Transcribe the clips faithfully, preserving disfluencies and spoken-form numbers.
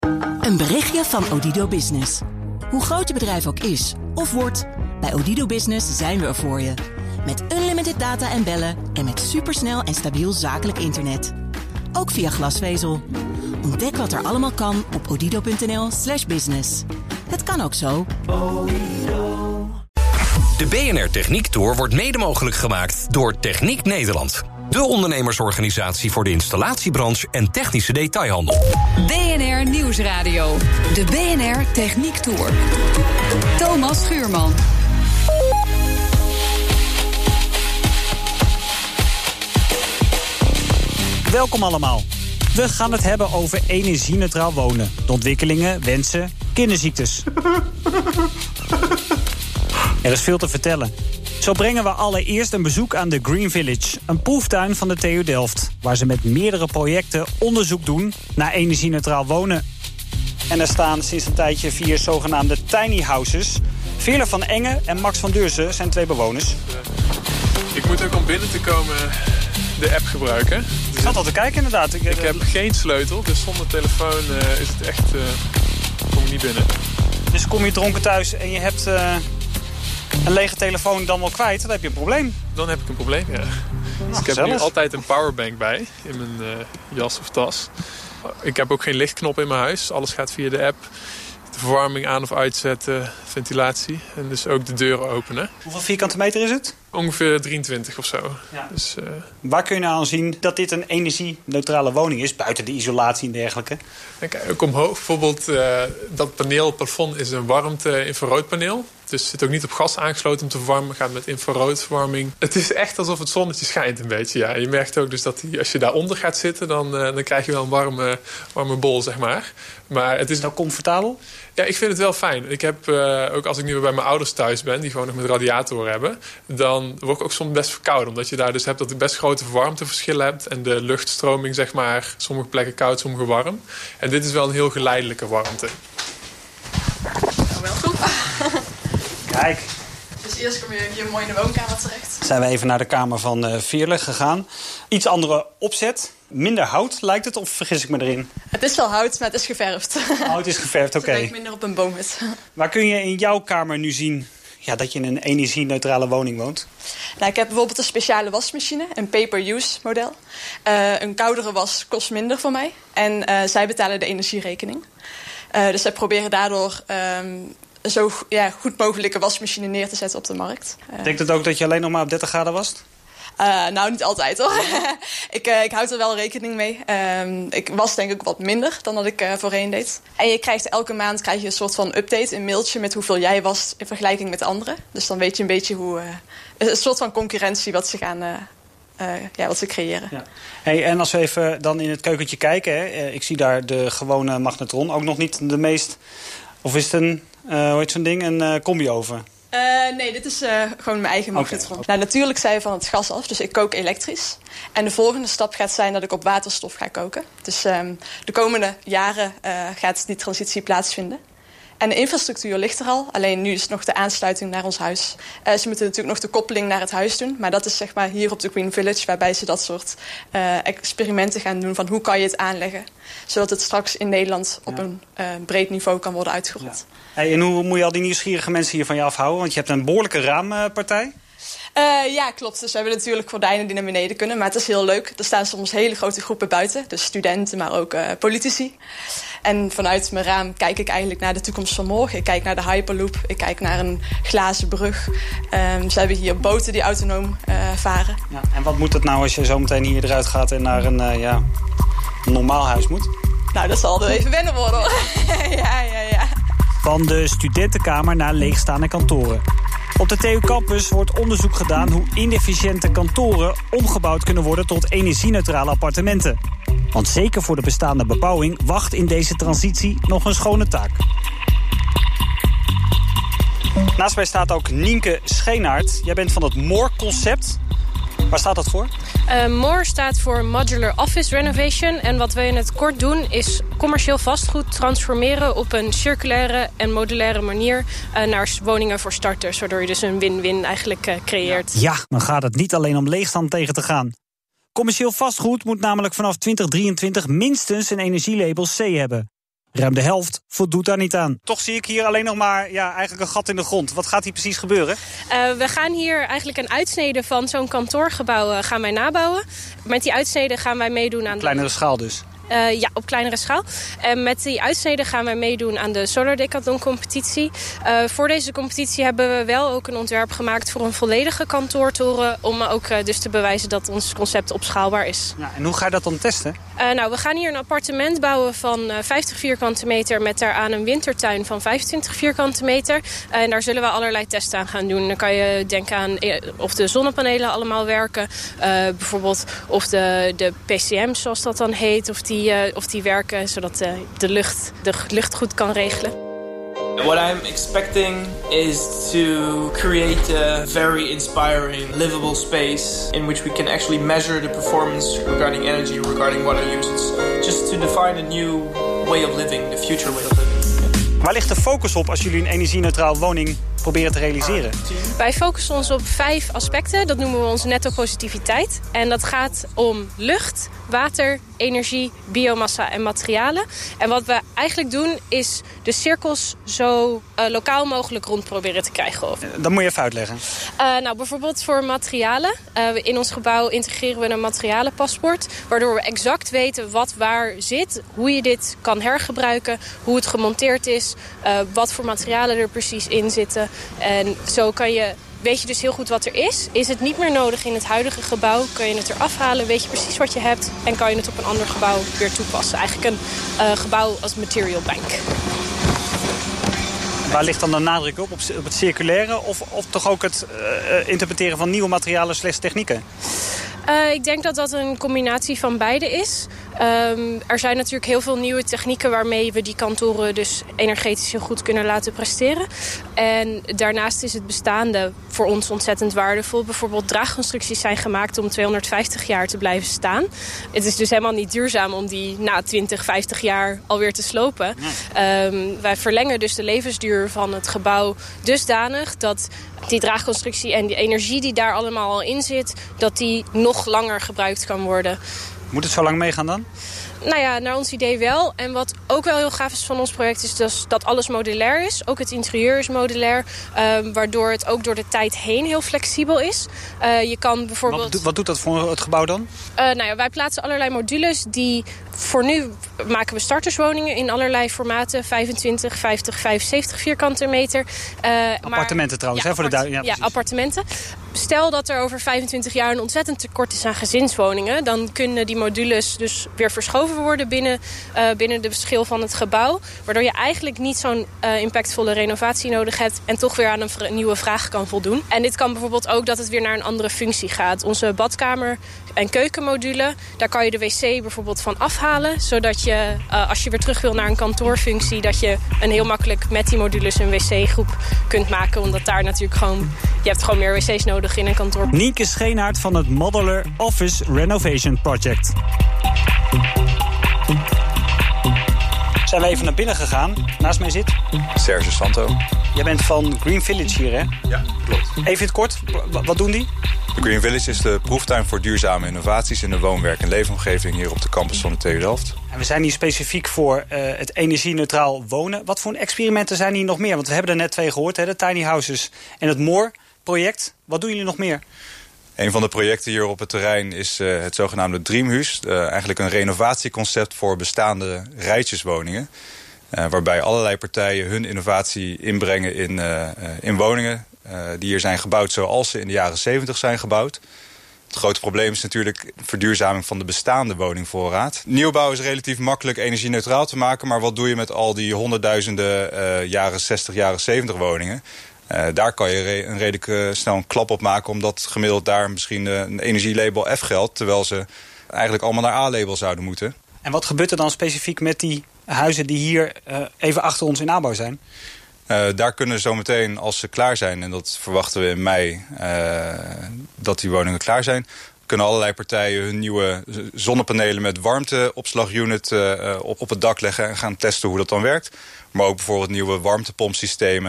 Een berichtje van Odido Business. Hoe groot je bedrijf ook is of wordt, bij Odido Business zijn we er voor je. Met unlimited data en bellen en met supersnel en stabiel zakelijk internet. Ook via glasvezel. Ontdek wat er allemaal kan op odido.nl slash business. Het kan ook zo. De B N R Techniek Tour wordt mede mogelijk gemaakt door Techniek Nederland. De ondernemersorganisatie voor de installatiebranche en technische detailhandel. B N R Nieuwsradio. De B N R Techniek Tour. Thomas Schuurman. Welkom allemaal. We gaan het hebben over energie-neutraal wonen. De ontwikkelingen, wensen, kinderziektes. Er is veel te vertellen. Zo brengen we allereerst een bezoek aan de Green Village, een proeftuin van de T U Delft, waar ze met meerdere projecten onderzoek doen naar energie-neutraal wonen. En er staan sinds een tijdje vier zogenaamde tiny houses. Veerle van Engen en Max van Deurzen zijn twee bewoners. Ik moet ook om binnen te komen de app gebruiken. Ik zat al te kijken inderdaad. Ik, ik heb geen sleutel, dus zonder telefoon uh, is het echt, uh, kom ik niet binnen. Dus kom je dronken thuis en je hebt uh, een lege telefoon dan wel kwijt, dan heb je een probleem. Dan heb ik een probleem, ja. Nou, dus ik heb zelfs. nu altijd een powerbank bij in mijn uh, jas of tas. Ik heb ook geen lichtknop in mijn huis. Alles gaat via de app. De verwarming aan of uitzetten, ventilatie en dus ook de deuren openen. Hoeveel vierkante meter is het? Ongeveer drieëntwintig of zo. Ja. Dus, uh... Waar kun je nou aan zien dat dit een energie-neutrale woning is, buiten de isolatie en dergelijke? Kijk, ook omhoog. Bijvoorbeeld uh, dat paneel, het plafond, is een warmte-infraroodpaneel. Dus het zit ook niet op gas aangesloten om te verwarmen. Gaat met infraroodverwarming. Het is echt alsof het zonnetje schijnt een beetje. Ja. Je merkt ook dus dat die, als je daaronder gaat zitten, dan, uh, dan krijg je wel een warme, warme bol, zeg maar. Maar het is nou comfortabel? Ja, ik vind het wel fijn. Ik heb uh, ook als ik nu bij mijn ouders thuis ben, die gewoon nog met radiatoren hebben, dan word ik ook soms best verkouden. Omdat je daar dus hebt dat je best grote warmteverschillen hebt en de luchtstroming, zeg maar, sommige plekken koud, sommige warm. En dit is wel een heel geleidelijke warmte. Nou, welkom. Kijk. Dus eerst kom je hier mooi in de woonkamer terecht. Zijn we even naar de kamer van uh, Veerle gegaan. Iets andere opzet. Minder hout lijkt het, of vergis ik me erin? Het is wel hout, maar het is geverfd. Hout is geverfd, oké. Het lijkt minder op een boomhut. Waar kun je in jouw kamer nu zien ja, dat je in een energie-neutrale woning woont? Nou, ik heb bijvoorbeeld een speciale wasmachine, een pay-per-use model. Uh, een koudere was kost minder voor mij. En uh, zij betalen de energierekening. Uh, dus zij proberen daardoor Um, zo ja, goed mogelijke wasmachine neer te zetten op de markt. Uh, Denkt het ook dat je alleen nog maar op dertig graden wast? Uh, nou, niet altijd hoor. ik, uh, ik houd er wel rekening mee. Uh, ik was denk ik wat minder dan dat ik uh, voorheen deed. En je krijgt elke maand krijg je een soort van update, een mailtje met hoeveel jij wast in vergelijking met anderen. Dus dan weet je een beetje hoe uh, een soort van concurrentie wat ze gaan uh, uh, ja, wat ze creëren. Ja. Hey, en als we even dan in het keukentje kijken, hè, ik zie daar de gewone magnetron, ook nog niet de meest, of is het een, uh, hoe heet zo'n ding, een uh, combi-oven? Uh, nee, dit is uh, gewoon mijn eigen magnetron. Okay. Nou, natuurlijk zijn we van het gas af, dus ik kook elektrisch. En de volgende stap gaat zijn dat ik op waterstof ga koken. Dus um, de komende jaren uh, gaat die transitie plaatsvinden. En de infrastructuur ligt er al, alleen nu is het nog de aansluiting naar ons huis. Uh, ze moeten natuurlijk nog de koppeling naar het huis doen. Maar dat is zeg maar hier op de Green Village, waarbij ze dat soort uh, experimenten gaan doen van hoe kan je het aanleggen, zodat het straks in Nederland op ja. een uh, breed niveau kan worden uitgerold. Ja. Hey, en hoe moet je al die nieuwsgierige mensen hier van je afhouden? Want je hebt een behoorlijke raampartij. Uh, ja, klopt. Dus we hebben natuurlijk gordijnen die naar beneden kunnen. Maar het is heel leuk. Er staan soms hele grote groepen buiten. Dus studenten, maar ook uh, politici. En vanuit mijn raam kijk ik eigenlijk naar de toekomst van morgen. Ik kijk naar de Hyperloop. Ik kijk naar een glazen brug. Um, ze hebben hier boten die autonoom uh, varen. Ja, en wat moet het nou als je zo meteen hier eruit gaat en naar een, uh, ja, een normaal huis moet? Nou, dat zal er even wennen worden hoor. ja, ja, ja. Van de studentenkamer naar leegstaande kantoren. Op de T U Campus wordt onderzoek gedaan hoe inefficiënte kantoren omgebouwd kunnen worden tot energie-neutrale appartementen. Want zeker voor de bestaande bebouwing wacht in deze transitie nog een schone taak. Naast mij staat ook Nienke Scheenaert. Jij bent van het M O R E-concept. Waar staat dat voor? Uh, M O R E staat voor Modular Office Renovation. En wat we in het kort doen is commercieel vastgoed transformeren op een circulaire en modulaire manier uh, naar woningen voor starters. Waardoor je dus een win-win eigenlijk uh, creëert. Ja, dan gaat het niet alleen om leegstand tegen te gaan. Commercieel vastgoed moet namelijk vanaf twintig drieëntwintig minstens een energielabel C hebben. Ruim de helft voldoet daar niet aan. Toch zie ik hier alleen nog maar ja, eigenlijk een gat in de grond. Wat gaat hier precies gebeuren? Uh, we gaan hier eigenlijk een uitsnede van zo'n kantoorgebouw uh, gaan wij nabouwen. Met die uitsnede gaan wij meedoen aan... Kleinere de... schaal dus? Uh, ja, op kleinere schaal. En met die uitsnede gaan wij meedoen aan de Solar Decathlon competitie. Uh, voor deze competitie hebben we wel ook een ontwerp gemaakt voor een volledige kantoortoren. Om ook uh, dus te bewijzen dat ons concept opschaalbaar is. Ja, en hoe ga je dat dan testen? Uh, nou, we gaan hier een appartement bouwen van uh, vijftig vierkante meter... met daaraan een wintertuin van vijfentwintig vierkante meter. Uh, en daar zullen we allerlei testen aan gaan doen. Dan kan je denken aan uh, of de zonnepanelen allemaal werken. Uh, bijvoorbeeld of de, de P C M's, zoals dat dan heet, of die... Uh, of die werken, zodat uh, de, lucht, de lucht goed kan regelen. What I'm expecting is to create a very inspiring, livable space in which we can actually measure the performance regarding energy, regarding water usage. Just to define a new way of living, the future way of living. Waar ligt de focus op als jullie een energie-neutraal woning proberen te realiseren? Wij focussen ons op vijf aspecten. Dat noemen we onze netto-positiviteit. En dat gaat om lucht, water, energie, biomassa en materialen. En wat we eigenlijk doen is de cirkels zo uh, lokaal mogelijk rond proberen te krijgen. Dat moet je even uitleggen. Uh, nou, bijvoorbeeld voor materialen. Uh, in ons gebouw integreren we een materialenpaspoort. Waardoor we exact weten wat waar zit. Hoe je dit kan hergebruiken. Hoe het gemonteerd is. Uh, wat voor materialen er precies in zitten. En zo kan je, weet je dus heel goed wat er is. Is het niet meer nodig in het huidige gebouw, kun je het eraf halen, weet je precies wat je hebt en kan je het op een ander gebouw weer toepassen. Eigenlijk een uh, gebouw als material bank. Waar ligt dan de nadruk op? Op het circulaire of, of toch ook het uh, interpreteren van nieuwe materialen slash technieken? Uh, ik denk dat dat een combinatie van beide is. Um, er zijn natuurlijk heel veel nieuwe technieken waarmee we die kantoren dus energetisch heel goed kunnen laten presteren. En daarnaast is het bestaande voor ons ontzettend waardevol. Bijvoorbeeld draagconstructies zijn gemaakt om tweehonderdvijftig jaar te blijven staan. Het is dus helemaal niet duurzaam om die na twintig, vijftig jaar alweer te slopen. Um, wij verlengen dus de levensduur van het gebouw dusdanig dat die draagconstructie en die energie die daar allemaal al in zit, dat die nog langer gebruikt kan worden. Moet het zo lang meegaan dan? Nou ja, naar ons idee wel. En wat ook wel heel gaaf is van ons project is dus dat alles modulair is. Ook het interieur is modulair. Um, waardoor het ook door de tijd heen heel flexibel is. Uh, je kan bijvoorbeeld... Wat, wat doet dat voor het gebouw dan? Uh, nou ja, wij plaatsen allerlei modules die... Voor nu maken we starterswoningen in allerlei formaten. vijfentwintig, vijftig, vijfenzeventig vierkante meter. Uh, appartementen maar, trouwens, ja, hè? Voor appart- de du- ja, ja, appartementen. Stel dat er over vijfentwintig jaar een ontzettend tekort is aan gezinswoningen. Dan kunnen die modules dus weer verschoven worden binnen, uh, binnen de schil van het gebouw. Waardoor je eigenlijk niet zo'n uh, impactvolle renovatie nodig hebt. En toch weer aan een v- nieuwe vraag kan voldoen. En dit kan bijvoorbeeld ook dat het weer naar een andere functie gaat. Onze badkamer en keukenmodule. Daar kan je de wc bijvoorbeeld van afhalen. Zodat je, uh, als je weer terug wil naar een kantoorfunctie, dat je een heel makkelijk met die modules een wc-groep kunt maken. Omdat daar natuurlijk gewoon... Je hebt gewoon meer wc's nodig in een kantoor. Nienke Scheenaert van het Modular Office Renovation Project. Zijn we even naar binnen gegaan. Naast mij zit... Serge Santo. Jij bent van Green Village hier, hè? Ja, klopt. Even in het kort, w- wat doen die? De Green Village is de proeftuin voor duurzame innovaties in de woon-werk- en leefomgeving hier op de campus van de T U Delft. En we zijn hier specifiek voor uh, het energie-neutraal wonen. Wat voor experimenten zijn hier nog meer? Want we hebben er net twee gehoord, hè? De tiny houses en het Moor-project. Wat doen jullie nog meer? Een van de projecten hier op het terrein is uh, het zogenaamde Dreamhuis. Uh, eigenlijk een renovatieconcept voor bestaande rijtjeswoningen. Uh, waarbij allerlei partijen hun innovatie inbrengen in, uh, uh, in woningen uh, die hier zijn gebouwd zoals ze in de jaren zeventig zijn gebouwd. Het grote probleem is natuurlijk verduurzaming van de bestaande woningvoorraad. Nieuwbouw is relatief makkelijk energie-neutraal te maken, maar wat doe je met al die honderdduizenden uh, jaren zestig, jaren zeventig woningen? Uh, daar kan je re- een redelijk uh, snel een klap op maken, omdat gemiddeld daar misschien uh, een energielabel F geldt, terwijl ze eigenlijk allemaal naar A-label zouden moeten. En wat gebeurt er dan specifiek met die huizen die hier uh, even achter ons in aanbouw zijn? Uh, daar kunnen zometeen, als ze klaar zijn, en dat verwachten we in mei, uh, dat die woningen klaar zijn, kunnen allerlei partijen hun nieuwe zonnepanelen met warmteopslagunit uh, op, op het dak leggen en gaan testen hoe dat dan werkt. Maar ook bijvoorbeeld nieuwe warmtepompsystemen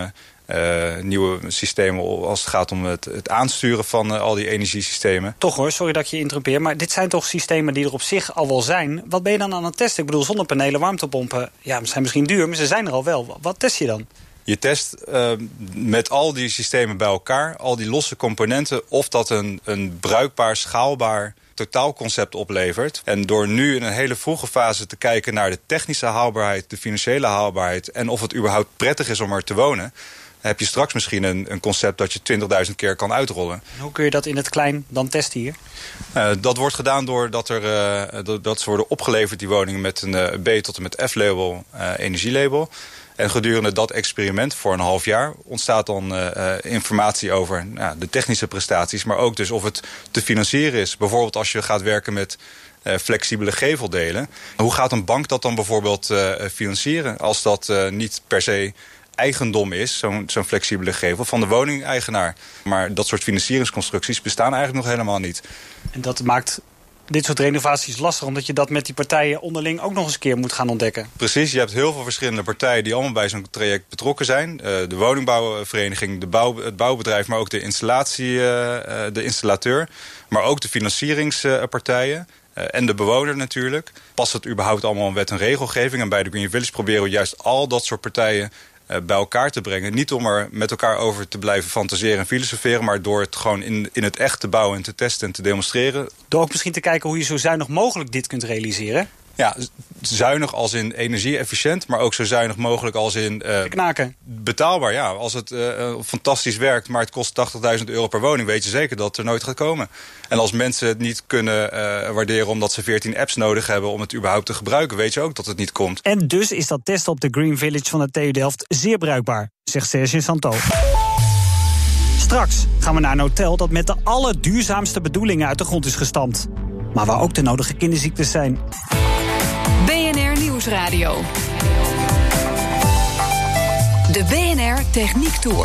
Uh, nieuwe systemen als het gaat om het, het aansturen van uh, al die energiesystemen. Toch hoor, sorry dat ik je interrumpeer, maar dit zijn toch systemen die er op zich al wel zijn. Wat ben je dan aan het testen? Ik bedoel, zonnepanelen, warmtepompen, ja, ze zijn misschien duur, maar ze zijn er al wel. Wat test je dan? Je test uh, met al die systemen bij elkaar, al die losse componenten, of dat een, een bruikbaar, schaalbaar totaalconcept oplevert. En door nu in een hele vroege fase te kijken naar de technische haalbaarheid, de financiële haalbaarheid en of het überhaupt prettig is om er te wonen, heb je straks misschien een, een concept dat je twintigduizend keer kan uitrollen. Hoe kun je dat in het klein dan testen hier? Uh, dat wordt gedaan doordat er, uh, dat, dat ze worden opgeleverd, die woningen, met een uh, B tot en met F-label, uh, energielabel. En gedurende dat experiment voor een half jaar ontstaat dan uh, uh, informatie over uh, de technische prestaties, maar ook dus of het te financieren is. Bijvoorbeeld als je gaat werken met uh, flexibele geveldelen. Hoe gaat een bank dat dan bijvoorbeeld uh, financieren als dat uh, niet per se eigendom is, zo'n zo'n flexibele gevel, van de woningeigenaar. Maar dat soort financieringsconstructies bestaan eigenlijk nog helemaal niet. En dat maakt dit soort renovaties lastig, omdat je dat met die partijen onderling ook nog eens een keer moet gaan ontdekken. Precies, je hebt heel veel verschillende partijen die allemaal bij zo'n traject betrokken zijn. Uh, de woningbouwvereniging, de bouw, het bouwbedrijf, maar ook de installatie, uh, de installateur. Maar ook de financieringspartijen. Uh, en de bewoner natuurlijk. Past het überhaupt allemaal in wet en regelgeving? En bij de Green Village proberen we juist al dat soort partijen uh, bij elkaar te brengen. Niet om er met elkaar over te blijven fantaseren en filosoferen, maar door het gewoon in, in het echt te bouwen en te testen en te demonstreren. Door ook misschien te kijken hoe je zo zuinig mogelijk dit kunt realiseren. Ja, zuinig als in energie-efficiënt, maar ook zo zuinig mogelijk als in Uh, knaken. Betaalbaar, ja. Als het uh, fantastisch werkt, maar het kost tachtigduizend euro per woning, weet je zeker dat het er nooit gaat komen. En als mensen het niet kunnen uh, waarderen omdat ze veertien apps nodig hebben om het überhaupt te gebruiken, weet je ook dat het niet komt. En dus is dat testen op de Green Village van de T U Delft zeer bruikbaar, zegt Serge Santo. Straks gaan we naar een hotel dat met de allerduurzaamste bedoelingen uit de grond is gestampt. Maar waar ook de nodige kinderziektes zijn. B N R Nieuwsradio. De B N R Techniek Tour.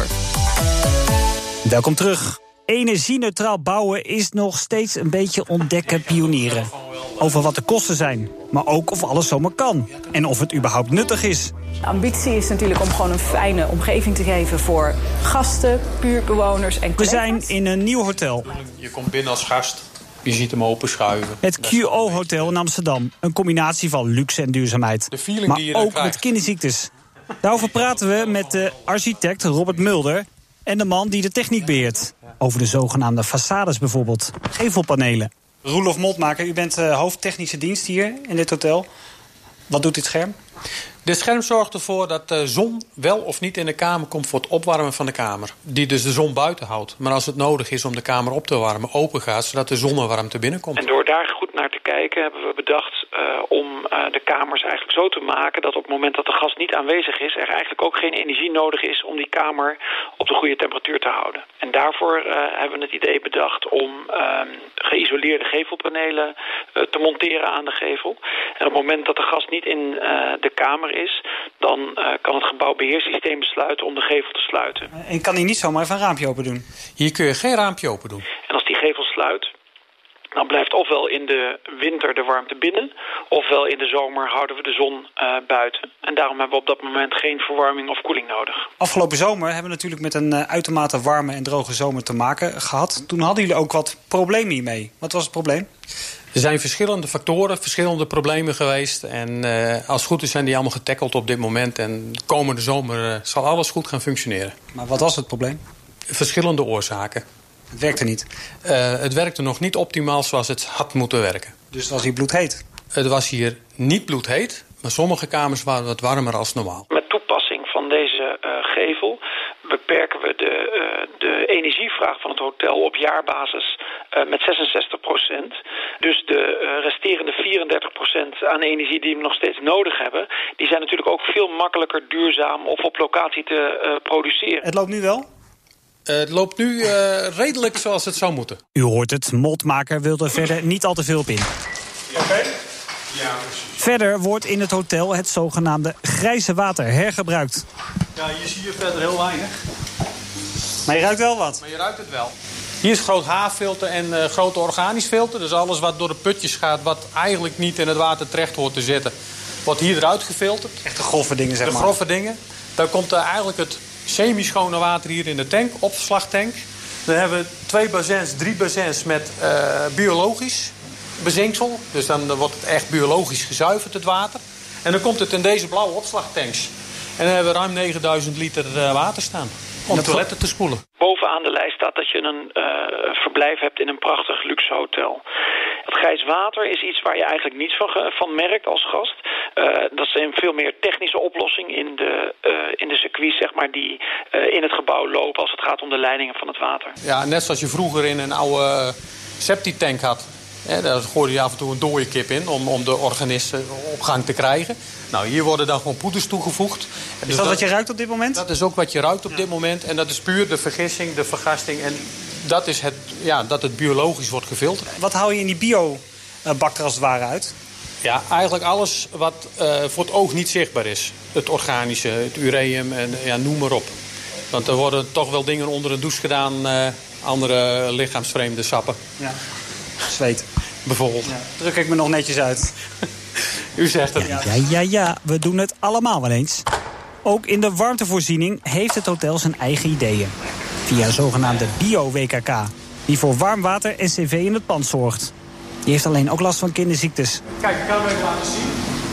Welkom terug. Energieneutraal bouwen is nog steeds een beetje ontdekken pionieren. Over wat de kosten zijn, maar ook of alles zomaar kan. En of het überhaupt nuttig is. De ambitie is natuurlijk om gewoon een fijne omgeving te geven voor gasten, buurtbewoners en collega's. We zijn in een nieuw hotel. Je komt binnen als gast. Je ziet hem openschuiven. Het Q O Hotel in Amsterdam. Een combinatie van luxe en duurzaamheid. De feeling maar die je ook krijgt. met kinderziektes. Daarover praten we met de architect Robert Mulder en de man die de techniek beheert. Over de zogenaamde façades bijvoorbeeld. Gevelpanelen. Roelof Moltmaker, u bent uh, hoofdtechnische dienst hier in dit hotel. Wat doet dit scherm? Dit scherm zorgt ervoor dat de zon wel of niet in de kamer komt voor het opwarmen van de kamer. Die dus de zon buiten houdt. Maar als het nodig is om de kamer op te warmen, open gaat, zodat de zonnewarmte binnenkomt. En door daar goed naar te kijken hebben we bedacht uh, om uh, de kamers eigenlijk zo te maken dat op het moment dat de gas niet aanwezig is, er eigenlijk ook geen energie nodig is om die kamer op de goede temperatuur te houden. En daarvoor uh, hebben we het idee bedacht om uh, geïsoleerde gevelpanelen uh, te monteren aan de gevel. En op het moment dat de gas niet in uh, de kamer is, dan uh, kan het gebouwbeheersysteem besluiten om de gevel te sluiten. En kan hij niet zomaar even een raampje open doen? Hier kun je geen raampje open doen. En als die gevel sluit, dan blijft ofwel in de winter de warmte binnen, ofwel in de zomer houden we de zon uh, buiten. En daarom hebben we op dat moment geen verwarming of koeling nodig. Afgelopen zomer hebben we natuurlijk met een uh, uitermate warme en droge zomer te maken gehad. Toen hadden jullie ook wat problemen hiermee. Wat was het probleem? Er zijn verschillende factoren, verschillende problemen geweest. En uh, als het goed is zijn die allemaal getackeld op dit moment. En de komende zomer uh, zal alles goed gaan functioneren. Maar wat was het probleem? Verschillende oorzaken. Het werkte niet? Uh, het werkte nog niet optimaal zoals het had moeten werken. Dus het was hier bloedheet? Het was hier niet bloedheet, maar sommige kamers waren wat warmer als normaal. Met toepassing van deze uh, gevel beperken we de, uh, de energievraag van het hotel op jaarbasis uh, met zesenzestig procent. Dus de uh, resterende vierendertig procent aan energie die we nog steeds nodig hebben, die zijn natuurlijk ook veel makkelijker duurzaam of op locatie te uh, produceren. Het loopt nu wel? Uh, het loopt nu uh, redelijk zoals het zou moeten. U hoort het, Moltmaker wil er verder niet al te veel op in. Oké. Okay. Ja, precies. Verder wordt in het hotel het zogenaamde grijze water hergebruikt. Ja, hier zie je verder heel weinig. Maar je ruikt wel wat. Maar je ruikt het wel. Hier is groot haarfilter en uh, grote organisch filter. Dus alles wat door de putjes gaat, wat eigenlijk niet in het water terecht hoort te zitten, wordt hier eruit gefilterd. Echt de grove dingen, zeg maar. De grove dingen. Daar komt uh, eigenlijk het semi-schone water hier in de tank, opslagtank. Dan hebben we twee bazins, drie bazins met uh, biologisch bezinksel. Dus dan wordt het echt biologisch gezuiverd, het water. En dan komt het in deze blauwe opslagtanks. En dan hebben we ruim negenduizend liter uh, water staan om toiletten te spoelen. Bovenaan de lijst staat dat je een uh, verblijf hebt in een prachtig luxe hotel. Het grijs water is iets waar je eigenlijk niets van, van merkt als gast. Uh, dat is een veel meer technische oplossing in de, uh, in de circuits, zeg maar, die uh, in het gebouw lopen als het gaat om de leidingen van het water. Ja, net zoals je vroeger in een oude septitank had. Hè, daar gooide je af en toe een dode kip in om, om de organisten op gang te krijgen. Nou, hier worden dan gewoon poeders toegevoegd. Is dus dat, dat wat je ruikt op dit moment? Dat is ook wat je ruikt op ja. dit moment. En dat is puur de vergissing, de vergasting. En dat is het, ja, dat het biologisch wordt gefilterd. Wat hou je in die biobak er als het ware uit? Ja, eigenlijk alles wat uh, voor het oog niet zichtbaar is. Het organische, het ureum en ja, noem maar op. Want er worden toch wel dingen onder de douche gedaan. Uh, andere lichaamsvreemde sappen. Ja, zweet. Bijvoorbeeld. Ja. Druk ik me nog netjes uit. U zegt het. Ja, ja, ja, ja, we doen het allemaal wel eens. Ook in de warmtevoorziening heeft het hotel zijn eigen ideeën. Via een zogenaamde bio-W K K, die voor warm water en cv in het pand zorgt. Die heeft alleen ook last van kinderziektes. Kijk, ik kan hem even laten zien.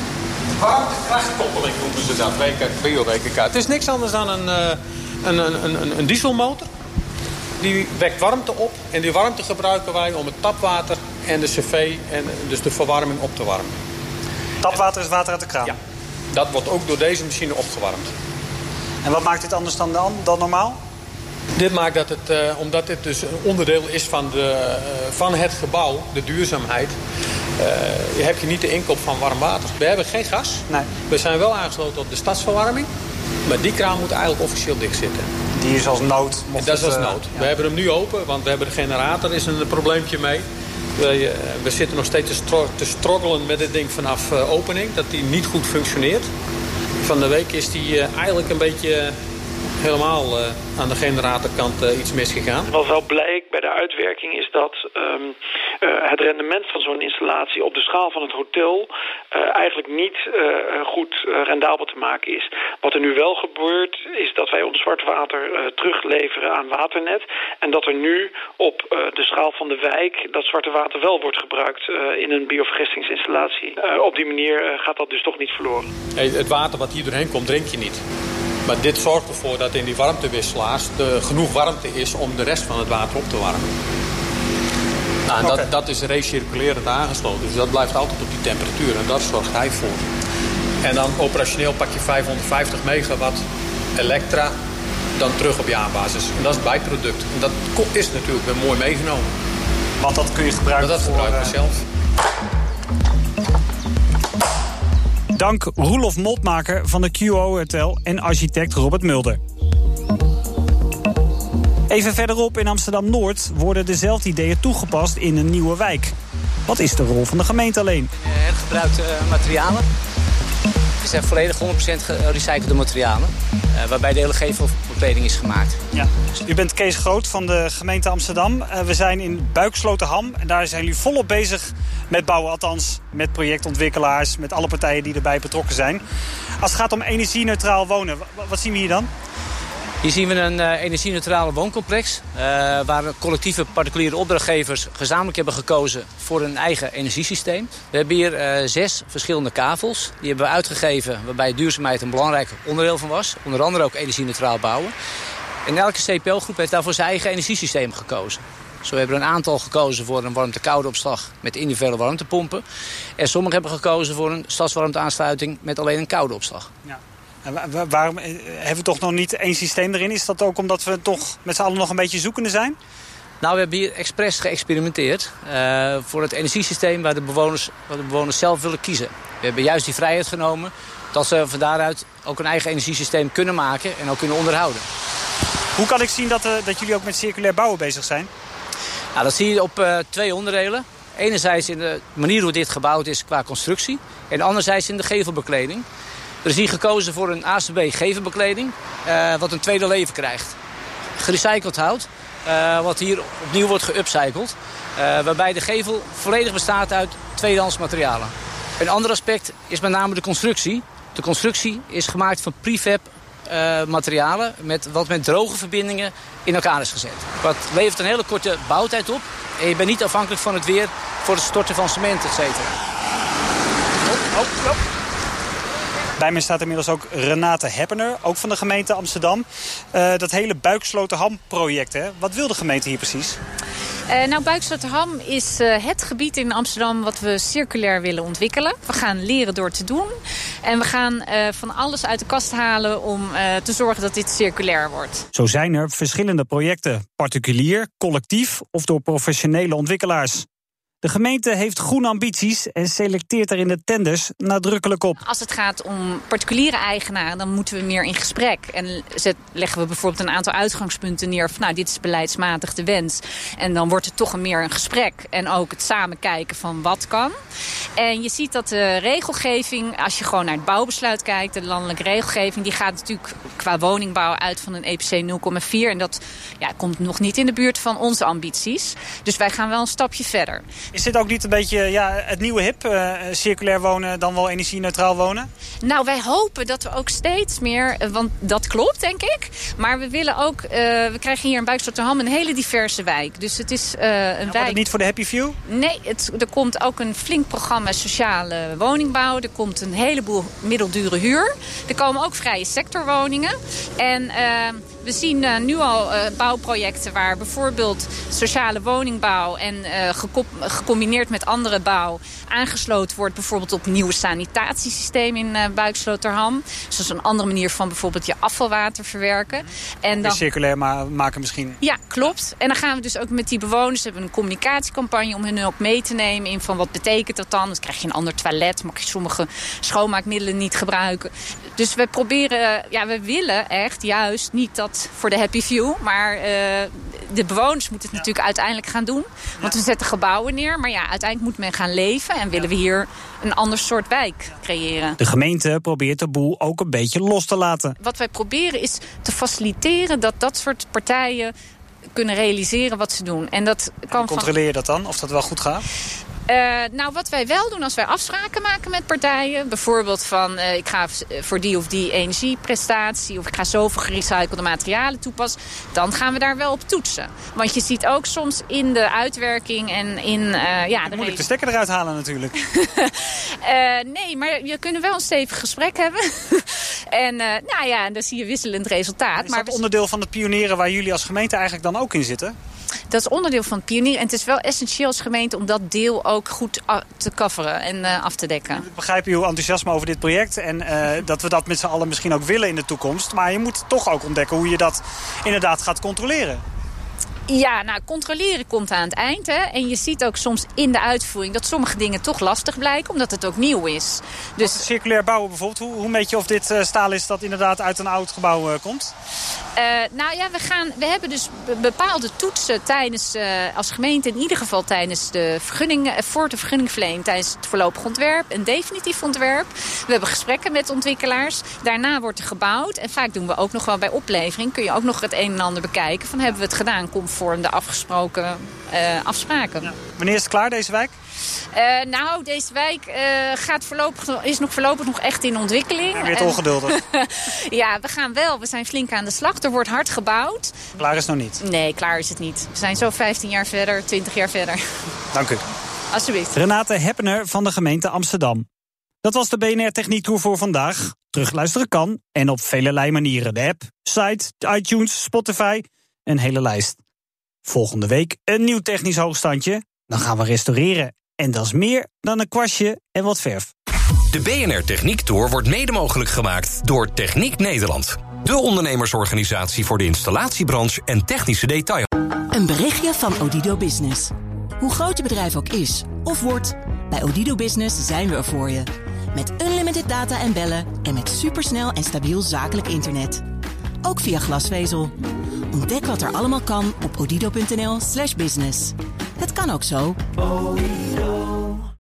Warmtekrachtkoppeling noemen ze dat, bio-W K K. Het is niks anders dan een, een, een, een, een dieselmotor. Die wekt warmte op en die warmte gebruiken wij om het tapwater en de cv en dus de verwarming op te warmen. Tapwater is water uit de kraan? Ja, dat wordt ook door deze machine opgewarmd. En wat maakt dit anders dan, dan, dan normaal? Dit maakt dat het, uh, omdat dit dus een onderdeel is van, de, uh, van het gebouw, de duurzaamheid, uh, heb je niet de inkoop van warm water. We hebben geen gas. Nee. We zijn wel aangesloten op de stadsverwarming, maar die kraan moet eigenlijk officieel dichtzitten. Die is als nood? En dat is als nood. Ja. We hebben hem nu open, want we hebben de generator, er is een probleempje mee. We, we zitten nog steeds te, stro te struggelen met dit ding vanaf uh, opening, dat die niet goed functioneert. Van de week is die uh, eigenlijk een beetje helemaal uh, aan de generatorkant uh, iets misgegaan. Wat wel blijkt bij de uitwerking is dat um, uh, het rendement van zo'n installatie op de schaal van het hotel uh, eigenlijk niet uh, goed uh, rendabel te maken is. Wat er nu wel gebeurt is dat wij ons zwart water uh, terugleveren aan Waternet. En dat er nu op uh, de schaal van de wijk dat zwarte water wel wordt gebruikt uh, in een biovergistingsinstallatie. Uh, op die manier uh, gaat dat dus toch niet verloren. Hey, het water wat hier doorheen komt, drink je niet. Maar dit zorgt ervoor dat in die warmtewisselaars er genoeg warmte is om de rest van het water op te warmen. Nou, en okay. dat, dat is recirculerend aangesloten, dus dat blijft altijd op die temperatuur en daar zorgt hij voor. En dan operationeel pak je vijfhonderdvijftig megawatt elektra dan terug op jaarbasis. En dat is het bijproduct. En dat is natuurlijk weer mooi meegenomen. Want dat kun je gebruiken dat, dat voor... gebruiken we zelf. Dank Roelof Moltmaker van de Q O Hotel en architect Robert Mulder. Even verderop in Amsterdam-Noord worden dezelfde ideeën toegepast in een nieuwe wijk. Wat is de rol van de gemeente alleen? Hergebruikte uh, materialen. Het zijn volledig honderd procent gerecyclede materialen. Uh, waarbij de hele gevelbekleding is gemaakt. Ja. U bent Kees Groot van de gemeente Amsterdam. Uh, we zijn in Buiksloterham en daar zijn jullie volop bezig met bouwen. Althans met projectontwikkelaars, met alle partijen die erbij betrokken zijn. Als het gaat om energie-neutraal wonen, wat zien we hier dan? Hier zien we een uh, energie-neutrale wooncomplex. Uh, waar collectieve particuliere opdrachtgevers gezamenlijk hebben gekozen voor een eigen energiesysteem. We hebben hier uh, zes verschillende kavels. Die hebben we uitgegeven waarbij duurzaamheid een belangrijk onderdeel van was. Onder andere ook energie-neutraal bouwen. En elke C P L-groep heeft daarvoor zijn eigen energiesysteem gekozen. Zo hebben we een aantal gekozen voor een warmte-koude opslag met individuele warmtepompen. En sommigen hebben gekozen voor een stadswarmteaansluiting met alleen een koude opslag. Ja. En waarom hebben we toch nog niet één systeem erin? Is dat ook omdat we toch met z'n allen nog een beetje zoekende zijn? Nou, we hebben hier expres geëxperimenteerd uh, voor het energiesysteem waar de, bewoners, waar de bewoners zelf willen kiezen. We hebben juist die vrijheid genomen dat ze van daaruit ook een eigen energiesysteem kunnen maken en ook kunnen onderhouden. Hoe kan ik zien dat, uh, dat jullie ook met circulair bouwen bezig zijn? Nou, dat zie je op uh, twee onderdelen. Enerzijds in de manier hoe dit gebouwd is qua constructie en anderzijds in de gevelbekleding. Er is hier gekozen voor een A C B gevelbekleding, uh, wat een tweede leven krijgt. Gerecycled hout, uh, wat hier opnieuw wordt geupcycled. Uh, waarbij de gevel volledig bestaat uit tweedehands materialen. Een ander aspect is met name de constructie. De constructie is gemaakt van prefab uh, materialen met, wat met droge verbindingen in elkaar is gezet. Dat levert een hele korte bouwtijd op. En je bent niet afhankelijk van het weer voor het storten van cement, et cetera. Oh, oh, oh. Bij mij staat inmiddels ook Renate Heppener, ook van de gemeente Amsterdam. Uh, dat hele Buiksloterham-project, hè? Wat wil de gemeente hier precies? Uh, nou, Buiksloterham is uh, het gebied in Amsterdam wat we circulair willen ontwikkelen. We gaan leren door te doen. En we gaan uh, van alles uit de kast halen om uh, te zorgen dat dit circulair wordt. Zo zijn er verschillende projecten. Particulier, collectief of door professionele ontwikkelaars. De gemeente heeft groene ambities en selecteert er in de tenders nadrukkelijk op. Als het gaat om particuliere eigenaren, dan moeten we meer in gesprek. En zet, leggen we bijvoorbeeld een aantal uitgangspunten neer van, nou, dit is beleidsmatig de wens. En dan wordt het toch een meer een gesprek. En ook het samen kijken van wat kan. En je ziet dat de regelgeving, als je gewoon naar het bouwbesluit kijkt, de landelijke regelgeving, die gaat natuurlijk qua woningbouw uit van een E P C nul komma vier. En dat ja, komt nog niet in de buurt van onze ambities. Dus wij gaan wel een stapje verder. Is dit ook niet een beetje ja, het nieuwe hip? Uh, circulair wonen, dan wel energie-neutraal wonen? Nou, wij hopen dat we ook steeds meer, want dat klopt, denk ik. Maar we willen ook, uh, we krijgen hier in Buiksloterham een hele diverse wijk. Dus het is uh, een ja, wijk. Wordt het niet voor de Happy Few? Nee, het, er komt ook een flink programma sociale woningbouw. Er komt een heleboel middeldure huur. Er komen ook vrije sectorwoningen. En uh, we zien uh, nu al uh, bouwprojecten waar bijvoorbeeld sociale woningbouw en uh, gecombineerd met andere bouw aangesloten wordt, bijvoorbeeld op nieuwe sanitatiesysteem in uh, Buiksloterham. Dus dat is een andere manier van bijvoorbeeld je afvalwater verwerken. En dan circulair ma- maken misschien. Ja, klopt. En dan gaan we dus ook met die bewoners, hebben we een communicatiecampagne om hen ook mee te nemen in van wat betekent dat dan? Dan krijg je een ander toilet, mag je sommige schoonmaakmiddelen niet gebruiken. Dus we proberen, ja, we willen echt juist niet dat voor de happy few, maar uh, de bewoners moeten het ja. natuurlijk uiteindelijk gaan doen. Want ja. we zetten gebouwen neer, maar ja, uiteindelijk moet men gaan leven en willen we hier een ander soort wijk creëren. De gemeente probeert de boel ook een beetje los te laten. Wat wij proberen is te faciliteren dat dat soort partijen kunnen realiseren wat ze doen. En dat kan en controleer je dat dan, of dat wel goed gaat? Uh, nou, wat wij wel doen als wij afspraken maken met partijen, bijvoorbeeld van uh, ik ga voor die of die energieprestatie of ik ga zoveel gerecyclede materialen toepassen, dan gaan we daar wel op toetsen. Want je ziet ook soms in de uitwerking en in uh, ja, de moeilijk de stekker eruit halen natuurlijk. uh, nee, maar je kunt wel een stevig gesprek hebben. en uh, nou ja, dan zie je wisselend resultaat. Is maar dat onderdeel van de pionieren waar jullie als gemeente eigenlijk dan ook in zitten? Dat is onderdeel van het pionier. En het is wel essentieel als gemeente om dat deel ook goed te coveren en uh, af te dekken. Ik begrijp uw enthousiasme over dit project. En uh, dat we dat met z'n allen misschien ook willen in de toekomst. Maar je moet toch ook ontdekken hoe je dat inderdaad gaat controleren. Ja, nou, controleren komt aan het eind. Hè. En je ziet ook soms in de uitvoering dat sommige dingen toch lastig blijken, omdat het ook nieuw is. Dus circulair bouwen bijvoorbeeld, hoe, hoe meet je of dit uh, staal is dat inderdaad uit een oud gebouw uh, komt? Uh, nou ja, we, gaan, we hebben dus bepaalde toetsen tijdens, uh, als gemeente in ieder geval tijdens de vergunning, uh, voor de vergunningverlening, tijdens het voorlopig ontwerp en definitief ontwerp. We hebben gesprekken met ontwikkelaars. Daarna wordt er gebouwd. En vaak doen we ook nog wel bij oplevering, kun je ook nog het een en ander bekijken van hebben we het gedaan, conform de afgesproken uh, afspraken. Ja. Wanneer is het klaar, deze wijk? Uh, nou, deze wijk uh, gaat voorlopig, is nog voorlopig nog echt in ontwikkeling. Ja, weer te ongeduldig. Ja, we gaan wel. We zijn flink aan de slag. Er wordt hard gebouwd. Klaar is het nog niet? Nee, klaar is het niet. We zijn zo vijftien jaar verder, twintig jaar verder. Dank u. Alsjeblieft. Renate Heppener van de gemeente Amsterdam. Dat was de B N R Techniek Tour voor vandaag. Terugluisteren kan en op velelei manieren. De app, site, iTunes, Spotify, een hele lijst. Volgende week een nieuw technisch hoogstandje. Dan gaan we restaureren. En dat is meer dan een kwastje en wat verf. De B N R Techniek Tour wordt mede mogelijk gemaakt door Techniek Nederland. De ondernemersorganisatie voor de installatiebranche en technische detail. Een berichtje van Odido Business. Hoe groot je bedrijf ook is of wordt, bij Odido Business zijn we er voor je. Met unlimited data en bellen en met supersnel en stabiel zakelijk internet. Ook via glasvezel. Ontdek wat er allemaal kan op odido punt n l slash business. Het kan ook zo.